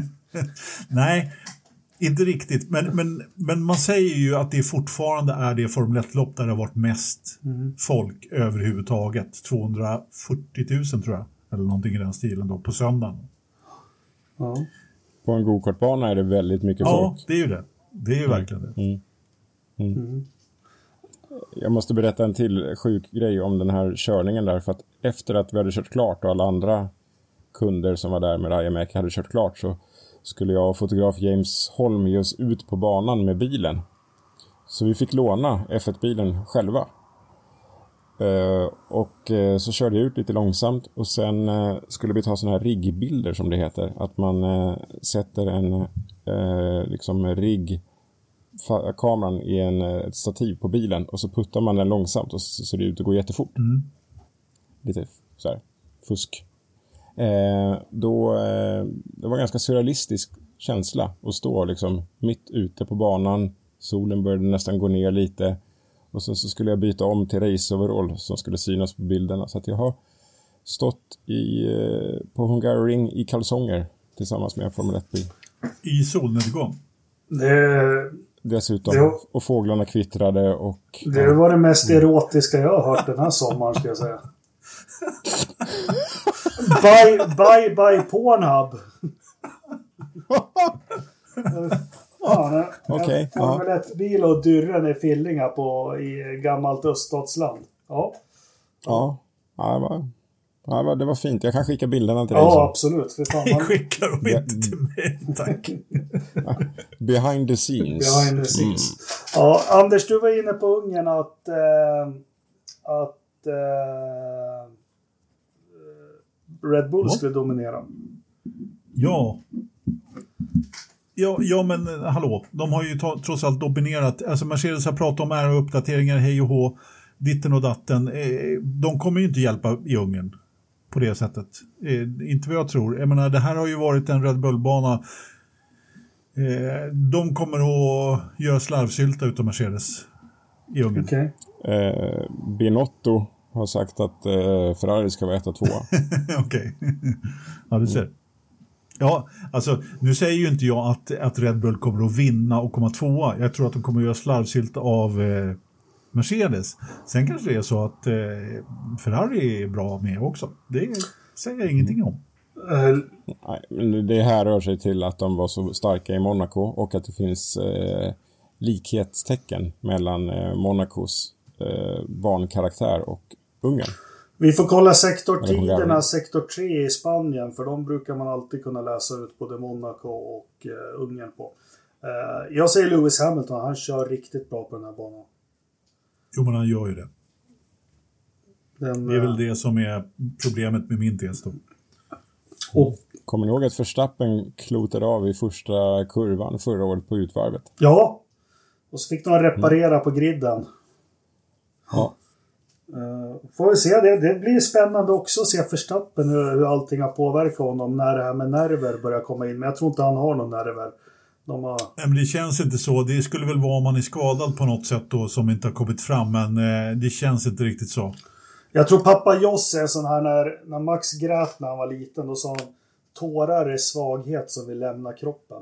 Nej, inte riktigt. Men, men, men man säger ju att det fortfarande är det Formel ett-lopp där det har varit mest mm. folk överhuvudtaget. tvåhundrafyrtio tusen tror jag. Eller någonting i den stilen då på söndagen. Ja. På en go-kartbana är det väldigt mycket ja, folk. Ja, det är ju det. Det är ju mm. verkligen det. Mm. Mm. Mm. Jag måste berätta en till sjuk grej om den här körningen där. För att efter att vi hade kört klart och alla andra kunder som var där med I M A C hade kört klart så, skulle jag och fotograf James Holm ge oss ut på banan med bilen. Så vi fick låna F ett-bilen själva. Uh, och uh, så körde jag ut lite långsamt och sen uh, skulle vi ta såna här riggbilder som det heter. Att man uh, sätter en uh, liksom rigg fa- kameran i en, uh, ett stativ på bilen och så puttar man den långsamt och så ser det ut att gå jättefort. Mm. Lite så här, fusk. Uh, då, uh, det var en ganska surrealistisk känsla att stå liksom mitt ute på banan. Solen började nästan gå ner lite. Och sen så skulle jag byta om till race-overall som skulle synas på bilderna. Så att jag har stått i, på Hungaroring i kalsonger tillsammans med en Formel ett-bil. I solnedgång? Det... Dessutom. Det... Och fåglarna kvittrade och... Det var det mest erotiska jag har hört den här sommaren, ska jag säga. Bye, bye, bye Pornhub. Ja, okay, en Formel ett-bil och dyrren är fillingar på i gammalt öststatsland. Ja. Ja, ja det, var, ja, det, var, det var fint. Jag kan skicka bilderna till dig. Ja, så. absolut. För fan, man... skickar dem inte till mig, tack. Behind the scenes. Behind the scenes. Mm. Ja, Anders, du var inne på Ungern att eh, att eh, Red Bull skulle dominera. Ja. Ja, ja, men hallå, de har ju ta, trots allt dominerat. Alltså Mercedes har pratat om ära och uppdateringar, hej och hå, ditten och datten. Eh, de kommer ju inte hjälpa i Ungern på det sättet. Eh, inte vad jag tror. Jag menar, det här har ju varit en Red Bull-bana. Eh, de kommer att göra slarvsylta utav Mercedes i Ungern. Okay. Eh, Binotto har sagt att eh, Ferrari ska vara ett och två. Okej. Ja, du ser. Mm. Ja, alltså nu säger ju inte jag att, att Red Bull kommer att vinna och komma tvåa. Jag tror att de kommer att göra slarvsylt av eh, Mercedes. Sen kanske det är så att eh, Ferrari är bra med också. Det säger jag ingenting om. Uh, Nej, men det här rör sig till att de var så starka i Monaco och att det finns eh, likhetstecken mellan eh, Monacos eh, barnkaraktär och Ungern. Vi får kolla sektortiderna, sektor tre i Spanien, för de brukar man alltid kunna läsa ut både Monaco och uh, Ungern på. Uh, jag säger Lewis Hamilton, han kör riktigt bra på den här banan. Jo, men han gör ju det. Den, det är väl det som är problemet med min tes då. Och kommer ni ihåg att Verstappen klotade av i första kurvan förra året på utvarvet? Ja, och så fick de reparera mm. på griden. Ja. Uh, får vi se, det, det blir spännande också att se Verstappen hur, hur allting har påverkat honom när det här med nerver börjar komma in. Men jag tror inte han har någon nerver. De har... Nej, men det känns inte så. Det skulle väl vara om man är skadad på något sätt då som inte har kommit fram. Men eh, det känns inte riktigt så. Jag tror pappa Josse är sån här när, när Max grät när han var liten. Då sa han, tårar är svaghet som vill lämna kroppen.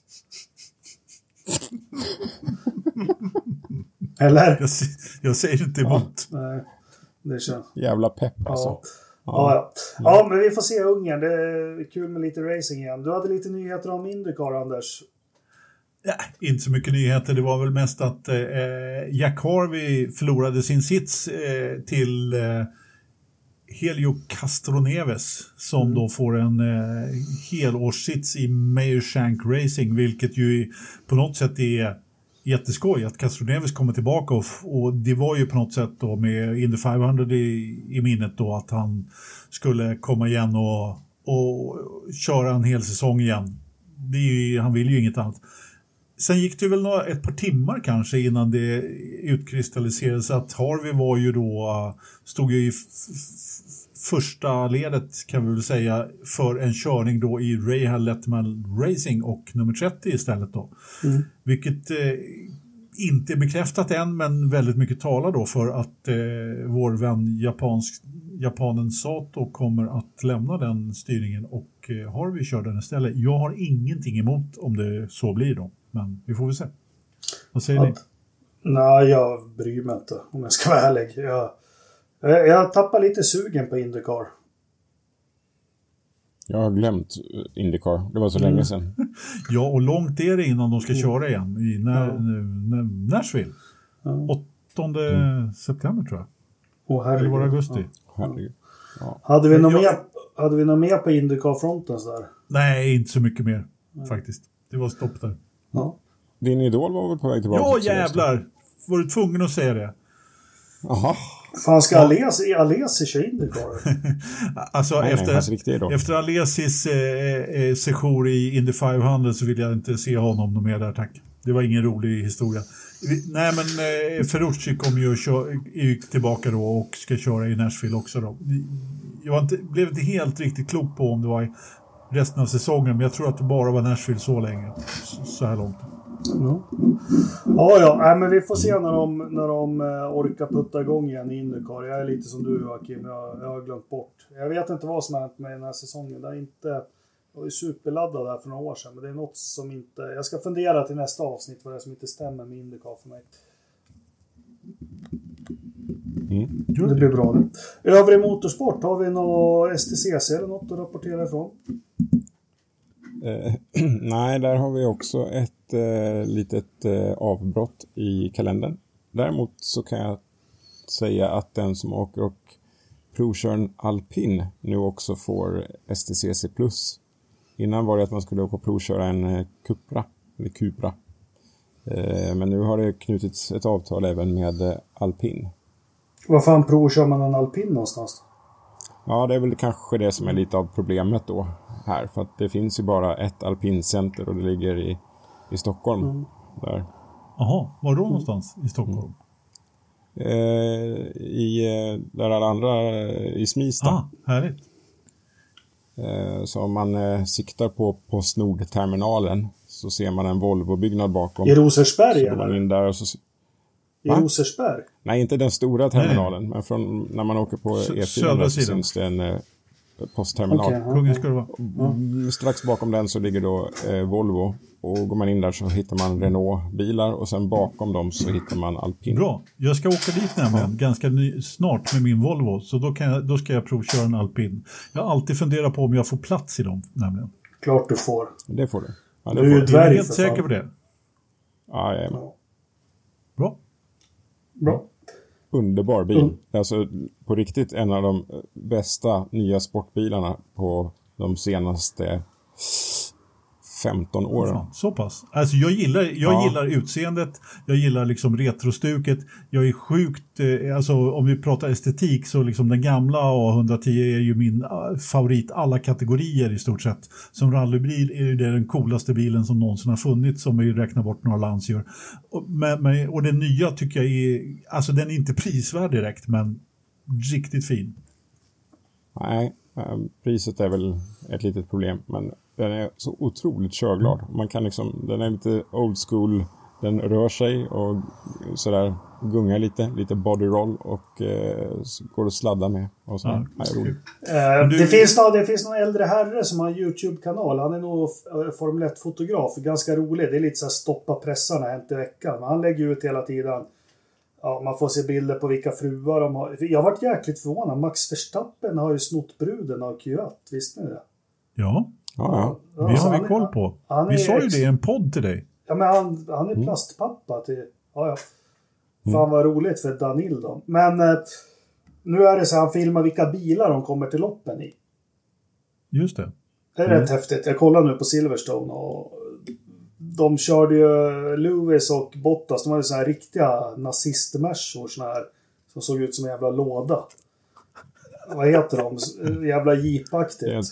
Eller? Jag, jag säger inte emot. Ja, nej, det känns. Jävla pepp alltså. Ja. Ja, ja. Ja, men vi får se Ungern. Det är kul med lite racing igen. Du hade lite nyheter om IndyCar, Anders. Ja, inte så mycket nyheter. Det var väl mest att eh, Jack Harvey förlorade sin sits eh, till eh, Helio Castroneves som mm. då får en eh, helårssits i Meyershank Racing, vilket ju på något sätt är jätteskoj att Castroneves kommer tillbaka och, och det var ju på något sätt då med Indy femhundra i, i minnet då att han skulle komma igen och, och köra en hel säsong igen. Det är ju, han vill ju inget annat. Sen gick det väl några, ett par timmar kanske innan det utkristalliserades att Harvey var ju då, stod ju i f- f- första ledet kan vi väl säga för en körning då i Rahal Letterman Racing och nummer trettio istället då. Mm. Vilket eh, inte är bekräftat än, men väldigt mycket talar då för att eh, vår vän japansk, japanen Sato kommer att lämna den styrningen och eh, Harvey kör den istället. Jag har ingenting emot om det så blir då. Men vi får väl se. Vad säger ni? Nej, jag bryr mig inte om jag ska vara ärlig. Jag, jag tappar lite sugen på IndyCar. Jag har glömt IndyCar. Det var så mm. länge sedan. Ja, och långt är det innan de ska köra igen. I när, ja. när, Nashville. Ja. åttonde mm. september tror jag. Åh, herregud. Eller var det augusti? Ja. Herregud. Ja. Hade vi något mer, hade vi något mer på IndyCar-fronten så där? Nej, inte så mycket mer. faktiskt. Det var stopp där. Ja. Din idol var väl på väg tillbaka? Ja, jävlar! Var du tvungen att säga det? Jaha. Fan, ska Alesi, Alesi köra in det kvar? Alltså, nej, efter, nej, efter Alesis eh, eh, session i Indy femhundra så vill jag inte se honom någon mer där, tack. Det var ingen rolig historia. Nej, men eh, Ferrucci kommer ju kö- tillbaka då och ska köra i Nashville också då. Jag var inte, blev inte helt riktigt klok på om det var i resten av säsongen, men jag tror att det bara var Nashville så länge, så, så här långt. Ja, ja, ja. Nej, men vi får se när de, när de orkar putta igång igen i Indycar. Jag är lite som du, Joakim. Jag, jag har glömt bort. Jag vet inte vad som har hänt med den här säsongen. Det är inte, jag var ju superladdad där för några år sedan, men det är något som inte... Jag ska fundera till nästa avsnitt vad det är som inte stämmer med Indycar för mig. Mm. Det blir bra det. Övrig motorsport, har vi något S T C C eller något att rapportera ifrån? Eh, nej, där har vi också ett eh, litet eh, avbrott i kalendern. Däremot så kan jag säga att den som åker och provkör en alpin nu också får S T C C plus. Innan var det att man skulle åka och provköra en eh, Cupra, eller Cupra. Eh, men nu har det knutits ett avtal även med eh, alpin. Vad fan provkör man en alpin någonstans? Ja, det är väl kanske det som är lite av problemet då här. För att det finns ju bara ett alpincenter och det ligger i, i Stockholm. Mm. Där. Jaha, var då någonstans i Stockholm? Eh, I där alla andra i Smista. Ah, härligt. Eh, så om man eh, siktar på Postnord-terminalen så ser man en Volvo-byggnad bakom. I Rosersberg, så man in där och så... I Rosersberg? Nej, inte den stora terminalen. Nej. Men från, när man åker på S- E fyra så syns det en eh, postterminal. Okay, okay. Ska det vara. Mm. Strax bakom den så ligger då eh, Volvo. Och går man in där så hittar man Renault-bilar. Och sen bakom dem så hittar man alpin. Bra, jag ska åka dit nämligen ganska ny, snart med min Volvo. Så då, kan jag, då ska jag provköra en alpin. Jag har alltid funderat på om jag får plats i dem nämligen. Klart du får. Det får du. Ja, det du är ju dvärg. Är du helt säker på det? Ja, jag är med. Bra. Bra. Underbar bil. Mm. Alltså på riktigt en av de bästa nya sportbilarna på de senaste femton åren. Fan, så pass. Alltså jag gillar jag ja. gillar utseendet, jag gillar liksom retrostuket. Jag är sjukt eh, alltså om vi pratar estetik så liksom den gamla A one tio är ju min uh, favorit alla kategorier i stort sett. Som rallybil är det den coolaste bilen som någonsin har funnits om vi räknar bort några Lancia. Och, men, men, och den nya tycker jag är alltså den är inte prisvärd direkt men riktigt fin. Nej, priset är väl ett litet problem men den är så otroligt körglad. Man kan liksom, den är lite old school, den rör sig och sådär gungar lite, lite body roll och eh, går att sladda med. Och så. Ja, ja, det, roligt. Uh, det, finns någon, det finns någon äldre herre som har en YouTube-kanal. Han är nog Formel ett-fotograf, ganska rolig. Det är lite så här stoppa pressarna hänt i veckan. Men han lägger ut hela tiden. Ja, man får se bilder på vilka fruar de har. Jag har varit jäkligt förvånad. Max Verstappen har ju snott bruden av Q ett, visste ni det? Ja. Ja, ja. Det har vi koll på. Vi sa ju ex- det i en podd till dig. Ja, men han, han är plastpappa till... Ja, ja. Fan mm. vad roligt för Danil då. Men eh, nu är det så här, han filmar vilka bilar de kommer till loppen i. Just det. Det är mm. rätt häftigt. Jag kollar nu på Silverstone och de körde ju Lewis och Bottas. De var ju såna här riktiga nazistmärsor såna här som såg ut som en jävla låda. Vad heter de? Jävla jeepaktigt.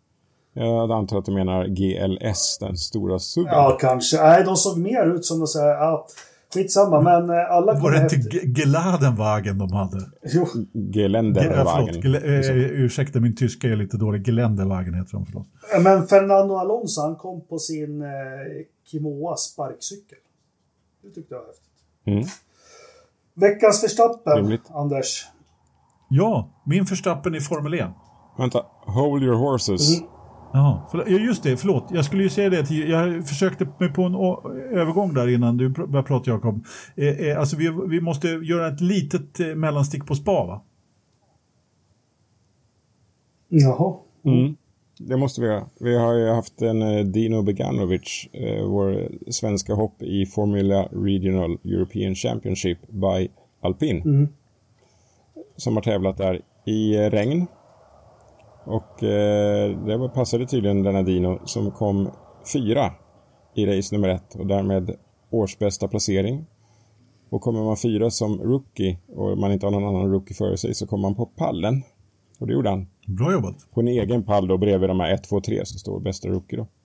Jag antar att du menar G L S, den stora subben. Ja, kanske. Nej, de såg mer ut som de säger, ja, skitsamma, men alla var det inte efter... Geladenwagen de hade? Jo. Geländewagen. Ge, äh, äh, ursäkta, min tyska är lite dålig. Geländewagen heter de, förlåt. Men Fernando Alonso, han kom på sin eh, Kimoa sparkcykel. Det tyckte jag var häftigt. Mm. Veckans Verstappen, Rimligt. Anders. Ja, min Verstappen i Formel ett. Vänta, hold your horses. Mm. Ja, just det, förlåt. Jag skulle ju säga det till, jag försökte mig på en å- övergång där innan du började prata, Jakob. Eh, eh, alltså vi, vi måste göra ett litet eh, mellanstick på Spa, va? Jaha. Mm. Det måste vi göra. Vi har ju haft en eh, Dino Beganovic, eh, vår svenska hopp i Formula Regional European Championship by Alpin. Mm. Som har tävlat där i eh, regn. Och eh, det passade tydligen denna Dino som kom fyra i race nummer ett och därmed årsbästa placering. Och kommer man fyra som rookie och man inte har någon annan rookie före sig så kommer man på pallen. Och det gjorde han. Bra jobbat. På en egen pall då bredvid de här ett, två, tre så står bästa rookie då.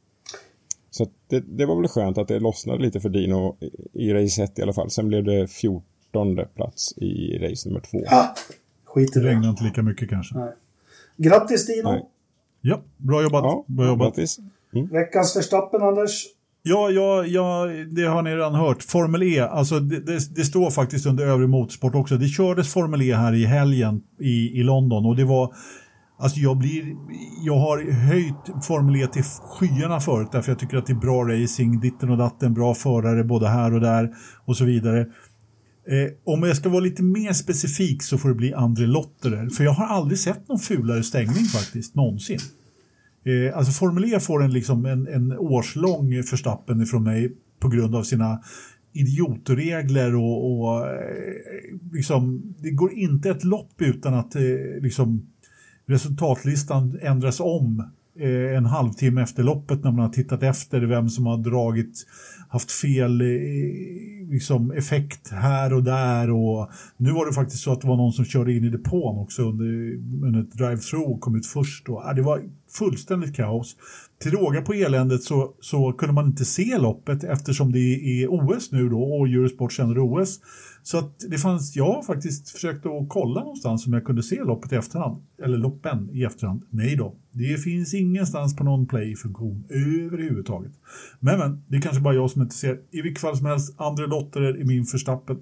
Så det, det var väl skönt att det lossnade lite för Dino i race ett i alla fall. Sen blev det fjortonde plats i race nummer två. Ah, skit i det. Regnade inte lika mycket kanske. Nej. Grattis Dino. Nej. Ja, bra jobbat. Ja, bra jobbat. Grattis. Mm. Veckans Verstappen, Anders. Ja, ja, ja, det har ni redan hört. Formel E, alltså det, det, det står faktiskt under övrig motorsport också. Det kördes Formel E här i helgen i, i London och det var, alltså jag blir, jag har höjt Formel E till skyarna förut därför jag tycker att det är bra racing, ditten och datten, bra förare både här och där och så vidare. Eh, om jag ska vara lite mer specifik så får det bli André Lotterer, för jag har aldrig sett någon fulare stängning faktiskt, någonsin. Eh, alltså Formel E får en, liksom en, en årslång förstappen ifrån mig på grund av sina idiotregler och, och eh, liksom, det går inte ett lopp utan att eh, liksom, resultatlistan ändras om eh, en halvtimme efter loppet när man har tittat efter vem som har dragit, haft fel eh, liksom, effekt här och där. Och nu var det faktiskt så att det var någon som körde in i depån också under, under ett drive-through och kom ut först. Och, eh, det var fullständigt kaos. Till råga på eländet så, så kunde man inte se loppet eftersom det är O S nu då och Eurosport sänder O S. Så att det fanns, jag faktiskt försökte att kolla någonstans om jag kunde se loppet i efterhand. Eller loppen i efterhand. Nej då, det finns ingenstans på någon play-funktion överhuvudtaget. Men, men det är kanske bara jag som inte ser. I vilket fall som helst, André Lotterer i min Verstappen.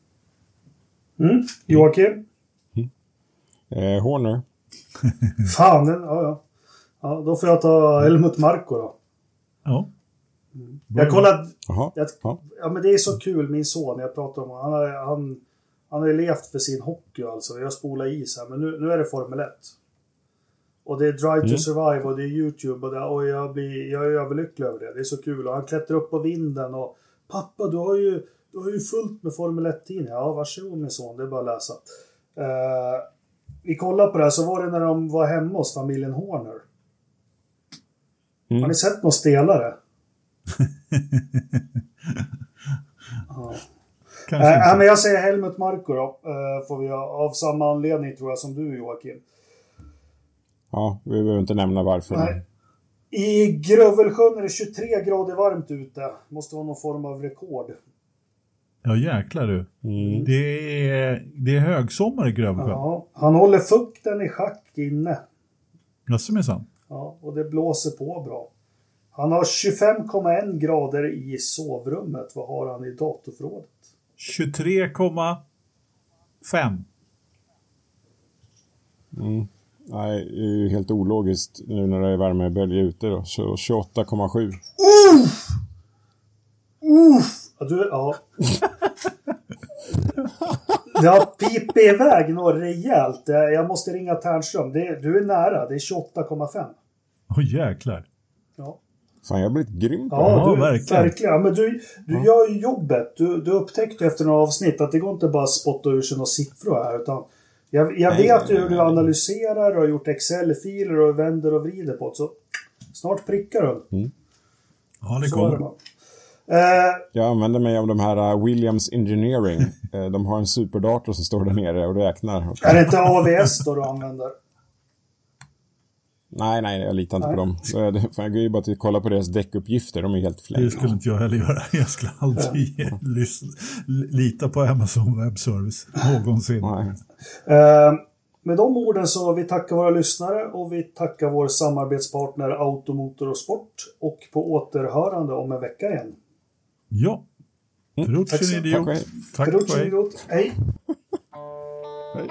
Mm. Joakim? Mm. Eh, Horner. Fan, ja, ja. Ja, då får jag ta Helmut Marko då. Ja. Mm. Jag kollade... Aha. Jag, ja, men det är så kul, min son. Jag pratar om han har, han, han har ju levt för sin hockey alltså. Jag spolar is här, men nu, nu är det Formel ett. Och det är Drive mm. to Survive och det är YouTube och, det, och jag, blir, jag är överlycklig över det. Det är så kul. Och han klättrar upp på vinden och pappa, du har ju, du har ju fullt med Formel ett-tidningar. Ja, varsågod min son, det är bara att läsa. Uh, vi kollar på det här, så var det när de var hemma hos familjen Horner. Mm. Har ni sett någon stelare? ja. äh, men jag säger Helmut Marko då. Uh, får vi av samma anledning tror jag som du, Joakim. Ja, vi behöver inte nämna varför. Nej. I Grövelsjön är det tjugotre grader varmt ute. Måste vara någon form av rekord. Ja, jäklar du. Mm. Det, är, det är högsommar i Grövelsjön. Ja, han håller fukten i schack inne. Ja, som är sant. Ja, och det blåser på bra. Han har tjugofem komma en grader i sovrummet. Vad har han i datorförrådet? tjugotre komma fem. Mm. Nej, det är ju helt ologiskt nu när det är värmebölja ute då. Så tjugoåtta komma sju. Uff! Uff! Ja, du, ja. Det har pipit iväg något rejält. Jag måste ringa Tärnström. Det, du är nära. Det är tjugoåtta komma fem. Åh, oh, jäklar. Ja. Fan, jag har blivit grym på ja, det. Ja, verkligen. verkligen. Men du, du ja. gör ju jobbet. Du, du upptäckte efter några avsnitt att det går inte bara att spotta ur sig några siffror här. Utan jag, jag nej, vet ju hur du analyserar och har gjort Excel-filer och vänder och vrider på det. Så snart prickar du. Mm. Ja, det kommer. Uh, jag använder mig av de här uh, Williams Engineering. uh, de har en superdator som står där nere och räknar. Är det inte A V S då du använder? Nej, nej, jag litar inte nej. på dem. Så det, för jag går ju bara till att kolla på deras däckuppgifter. De är helt fläck. Det skulle inte jag heller göra. Jag skulle alltid ja. lyssna, lita på Amazon Web Service. Någonsin. Uh, med de orden så vi tackar våra lyssnare och vi tackar vår samarbetspartner Automotor och Sport. Och på återhörande om en vecka igen. Ja. Mm. Tack så mycket. Tack. Tack. Hej. Hej.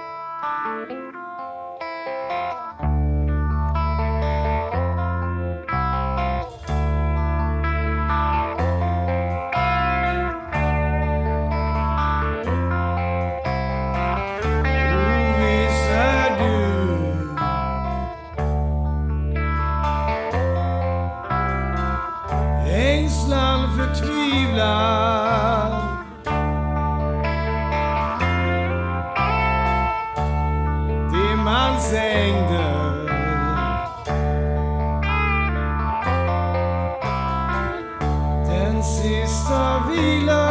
bilar